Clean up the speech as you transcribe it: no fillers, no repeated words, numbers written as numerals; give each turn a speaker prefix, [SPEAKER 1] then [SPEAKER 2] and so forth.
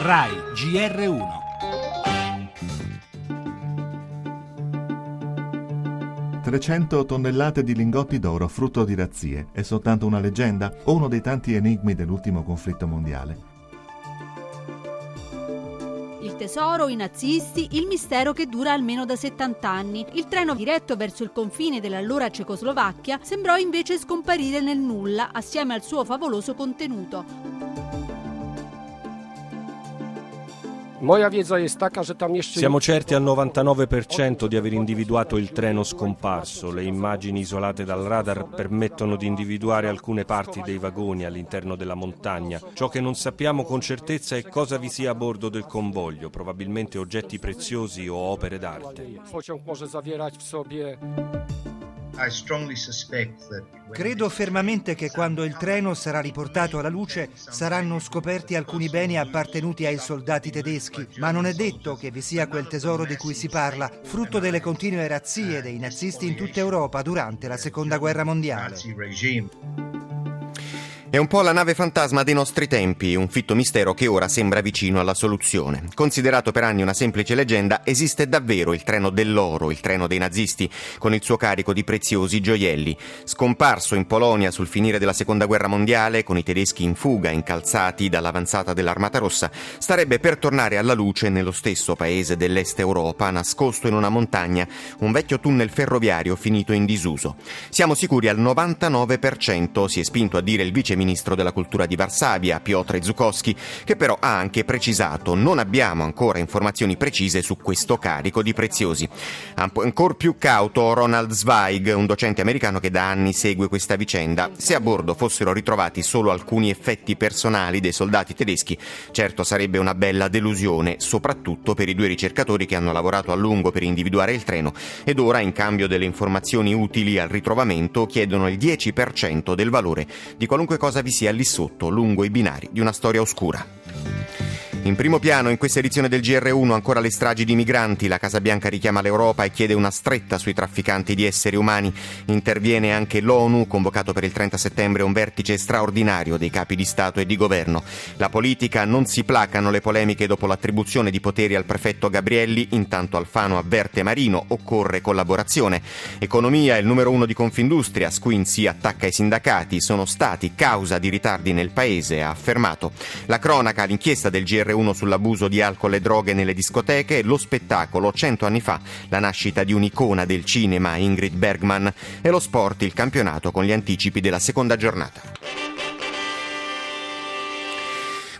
[SPEAKER 1] Rai GR1.
[SPEAKER 2] «300 tonnellate di lingotti d'oro frutto di razzie. È soltanto una leggenda o uno dei tanti enigmi dell'ultimo conflitto mondiale?»
[SPEAKER 3] Il tesoro, i nazisti, il mistero che dura almeno da 70 anni. Il treno diretto verso il confine dell'allora Cecoslovacchia sembrò invece scomparire nel nulla assieme al suo favoloso contenuto.
[SPEAKER 4] Siamo certi al 99% di aver individuato il treno scomparso. Le immagini isolate dal radar permettono di individuare alcune parti dei vagoni all'interno della montagna. Ciò che non sappiamo con certezza è cosa vi sia a bordo del convoglio, probabilmente oggetti preziosi o opere d'arte.
[SPEAKER 5] Credo fermamente che quando il treno sarà riportato alla luce saranno scoperti alcuni beni appartenuti ai soldati tedeschi, ma non è detto che vi sia quel tesoro di cui si parla, frutto delle continue razzie dei nazisti in tutta Europa durante la Seconda Guerra Mondiale.
[SPEAKER 6] È un po' la nave fantasma dei nostri tempi, un fitto mistero che ora sembra vicino alla soluzione. Considerato per anni una semplice leggenda, esiste davvero il treno dell'oro, il treno dei nazisti, con il suo carico di preziosi gioielli. Scomparso in Polonia sul finire della Seconda Guerra Mondiale, con i tedeschi in fuga incalzati dall'avanzata dell'Armata Rossa, starebbe per tornare alla luce nello stesso paese dell'Est Europa, nascosto in una montagna, un vecchio tunnel ferroviario finito in disuso. Siamo sicuri al 99%, si è spinto a dire il vice ministro della cultura di Varsavia, Piotr Zukowski, che però ha anche precisato: non abbiamo ancora informazioni precise su questo carico di preziosi. Ancor più cauto Ronald Zweig, un docente americano che da anni segue questa vicenda. Se a bordo fossero ritrovati solo alcuni effetti personali dei soldati tedeschi, certo sarebbe una bella delusione, soprattutto per i due ricercatori che hanno lavorato a lungo per individuare il treno ed ora, in cambio delle informazioni utili al ritrovamento, chiedono il 10% del valore di qualunque cosa vi sia lì sotto, lungo i binari di una storia oscura. In primo piano, in questa edizione del GR1, ancora le stragi di migranti. La Casa Bianca richiama l'Europa e chiede una stretta sui trafficanti di esseri umani. Interviene anche l'ONU, convocato per il 30 settembre un vertice straordinario dei capi di Stato e di Governo. La politica: non si placano le polemiche dopo l'attribuzione di poteri al prefetto Gabrielli, intanto Alfano avverte Marino, occorre collaborazione. Economia: il numero 1 di Confindustria, Squinzi attacca i sindacati, sono stati causa di ritardi nel paese, ha affermato. La cronaca: l'inchiesta del GR1 sull'abuso di alcol e droghe nelle discoteche, lo spettacolo 100 anni fa, la nascita di un'icona del cinema, Ingrid Bergman, e lo sport, il campionato con gli anticipi della seconda giornata.